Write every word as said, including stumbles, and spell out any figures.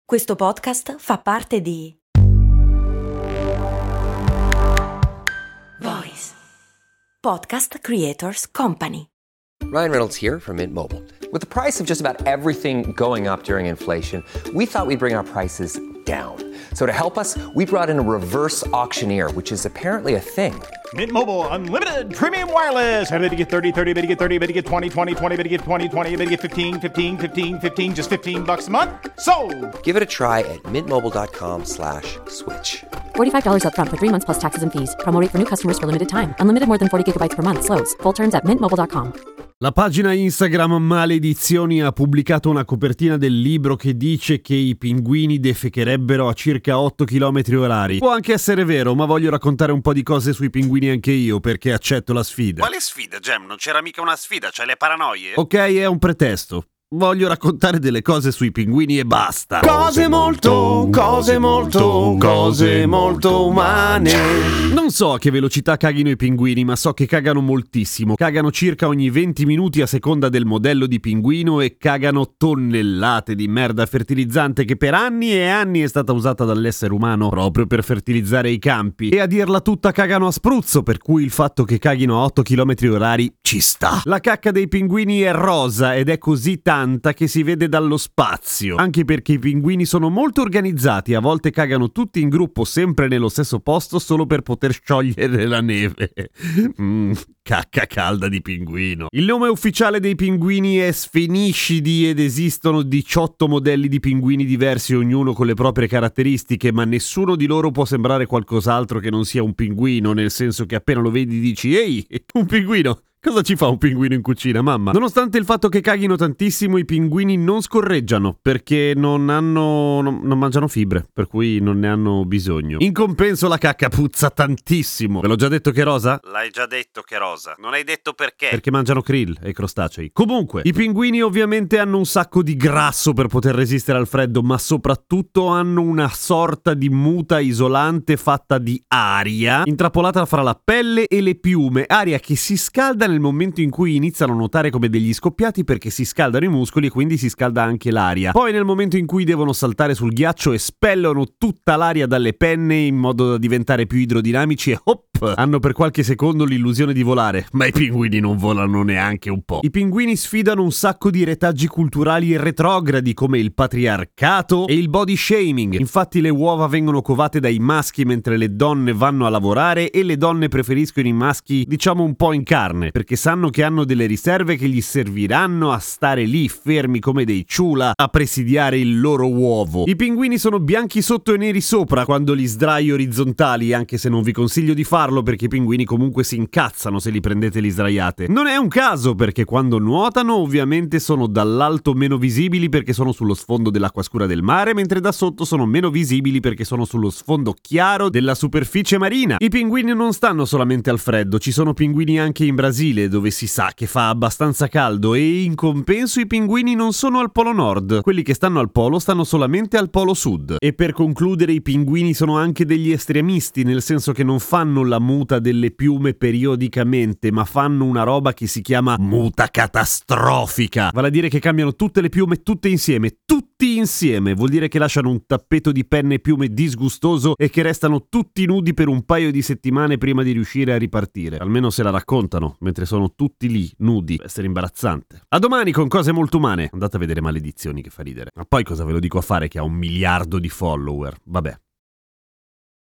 Questo podcast fa parte di Voice Podcast Creators Company. Ryan Reynolds here from Mint Mobile. With the price of just about everything going up during inflation, we thought we'd bring our prices down. So to help us, we brought in a reverse auctioneer, which is apparently a thing. Mint Mobile Unlimited Premium Wireless. How to get thirty, thirty, how to get thirty, how to get twenty, twenty, twenty, how to get twenty, twenty, how to get fifteen, fifteen, fifteen, fifteen, just fifteen bucks a month? Sold! Give it a try at mintmobile.com slash switch. forty-five dollars up front for three months plus taxes and fees. Promo rate for new customers for limited time. Unlimited more than forty gigabytes per month. Slows full terms at mint mobile dot com. La pagina Instagram Maledizioni ha pubblicato una copertina del libro che dice che i pinguini defecherebbero a circa otto chilometri orari. Può anche essere vero, ma voglio raccontare un po' di cose sui pinguini anche io, perché accetto la sfida. Quale sfida, Gem? Non c'era mica una sfida, c'hai le paranoie? Ok, è un pretesto. Voglio raccontare delle cose sui pinguini e basta. Cose molto, cose molto, cose molto umane. Non so a che velocità caghino i pinguini, ma so che cagano moltissimo. Cagano circa ogni venti minuti a seconda del modello di pinguino e cagano tonnellate di merda fertilizzante che per anni e anni è stata usata dall'essere umano proprio per fertilizzare i campi. E a dirla tutta cagano a spruzzo, per cui il fatto che caghino a otto chilometri orari ci sta. La cacca dei pinguini è rosa ed è così tanta che si vede dallo spazio, anche perché i pinguini sono molto organizzati, a volte cagano tutti in gruppo sempre nello stesso posto solo per poter sciogliere la neve. mm, cacca calda di pinguino. Il nome ufficiale dei pinguini è sfeniscidi ed esistono diciotto modelli di pinguini diversi, ognuno con le proprie caratteristiche, ma nessuno di loro può sembrare qualcos'altro che non sia un pinguino, nel senso che appena lo vedi dici «Ehi, un pinguino!» Cosa ci fa un pinguino in cucina, mamma? Nonostante il fatto che caghino tantissimo, i pinguini non scorreggiano perché non hanno... non, non mangiano fibre, per cui non ne hanno bisogno. In compenso la cacca puzza tantissimo. Ve l'ho già detto che è rosa? L'hai già detto che è rosa. Non hai detto perché. Perché mangiano krill e crostacei. Comunque, i pinguini ovviamente hanno un sacco di grasso per poter resistere al freddo, ma soprattutto hanno una sorta di muta isolante fatta di aria intrappolata fra la pelle e le piume, aria che si scalda nel momento in cui iniziano a nuotare come degli scoppiati, perché si scaldano i muscoli e quindi si scalda anche l'aria. Poi nel momento in cui devono saltare sul ghiaccio espellono tutta l'aria dalle penne in modo da diventare più idrodinamici e hop! Hanno per qualche secondo l'illusione di volare, ma i pinguini non volano neanche un po'. I pinguini sfidano un sacco di retaggi culturali retrogradi come il patriarcato e il body shaming. Infatti le uova vengono covate dai maschi mentre le donne vanno a lavorare e le donne preferiscono i maschi, diciamo, un po' in carne, perché sanno che hanno delle riserve che gli serviranno a stare lì fermi come dei ciula a presidiare il loro uovo. I pinguini sono bianchi sotto e neri sopra quando li sdrai orizzontali, anche se non vi consiglio di farlo perché i pinguini comunque si incazzano se li prendete li sdraiate. Non è un caso, perché quando nuotano ovviamente sono dall'alto meno visibili perché sono sullo sfondo dell'acqua scura del mare, mentre da sotto sono meno visibili perché sono sullo sfondo chiaro della superficie marina. I pinguini non stanno solamente al freddo, ci sono pinguini anche in Brasile, dove si sa che fa abbastanza caldo, e in compenso i pinguini non sono al polo nord. Quelli che stanno al polo stanno solamente al polo sud. E per concludere, i pinguini sono anche degli estremisti, nel senso che non fanno la muta delle piume periodicamente, ma fanno una roba che si chiama muta catastrofica. Vale a dire che cambiano tutte le piume tutte insieme, tutti insieme. Vuol dire che lasciano un tappeto di penne e piume disgustoso e che restano tutti nudi per un paio di settimane prima di riuscire a ripartire. Almeno se la raccontano, mentre sono tutti lì, nudi. Deve essere imbarazzante. A domani con cose molto umane. Andate a vedere Maledizioni, che fa ridere. Ma poi cosa ve lo dico a fare che ha un miliardo di follower? Vabbè.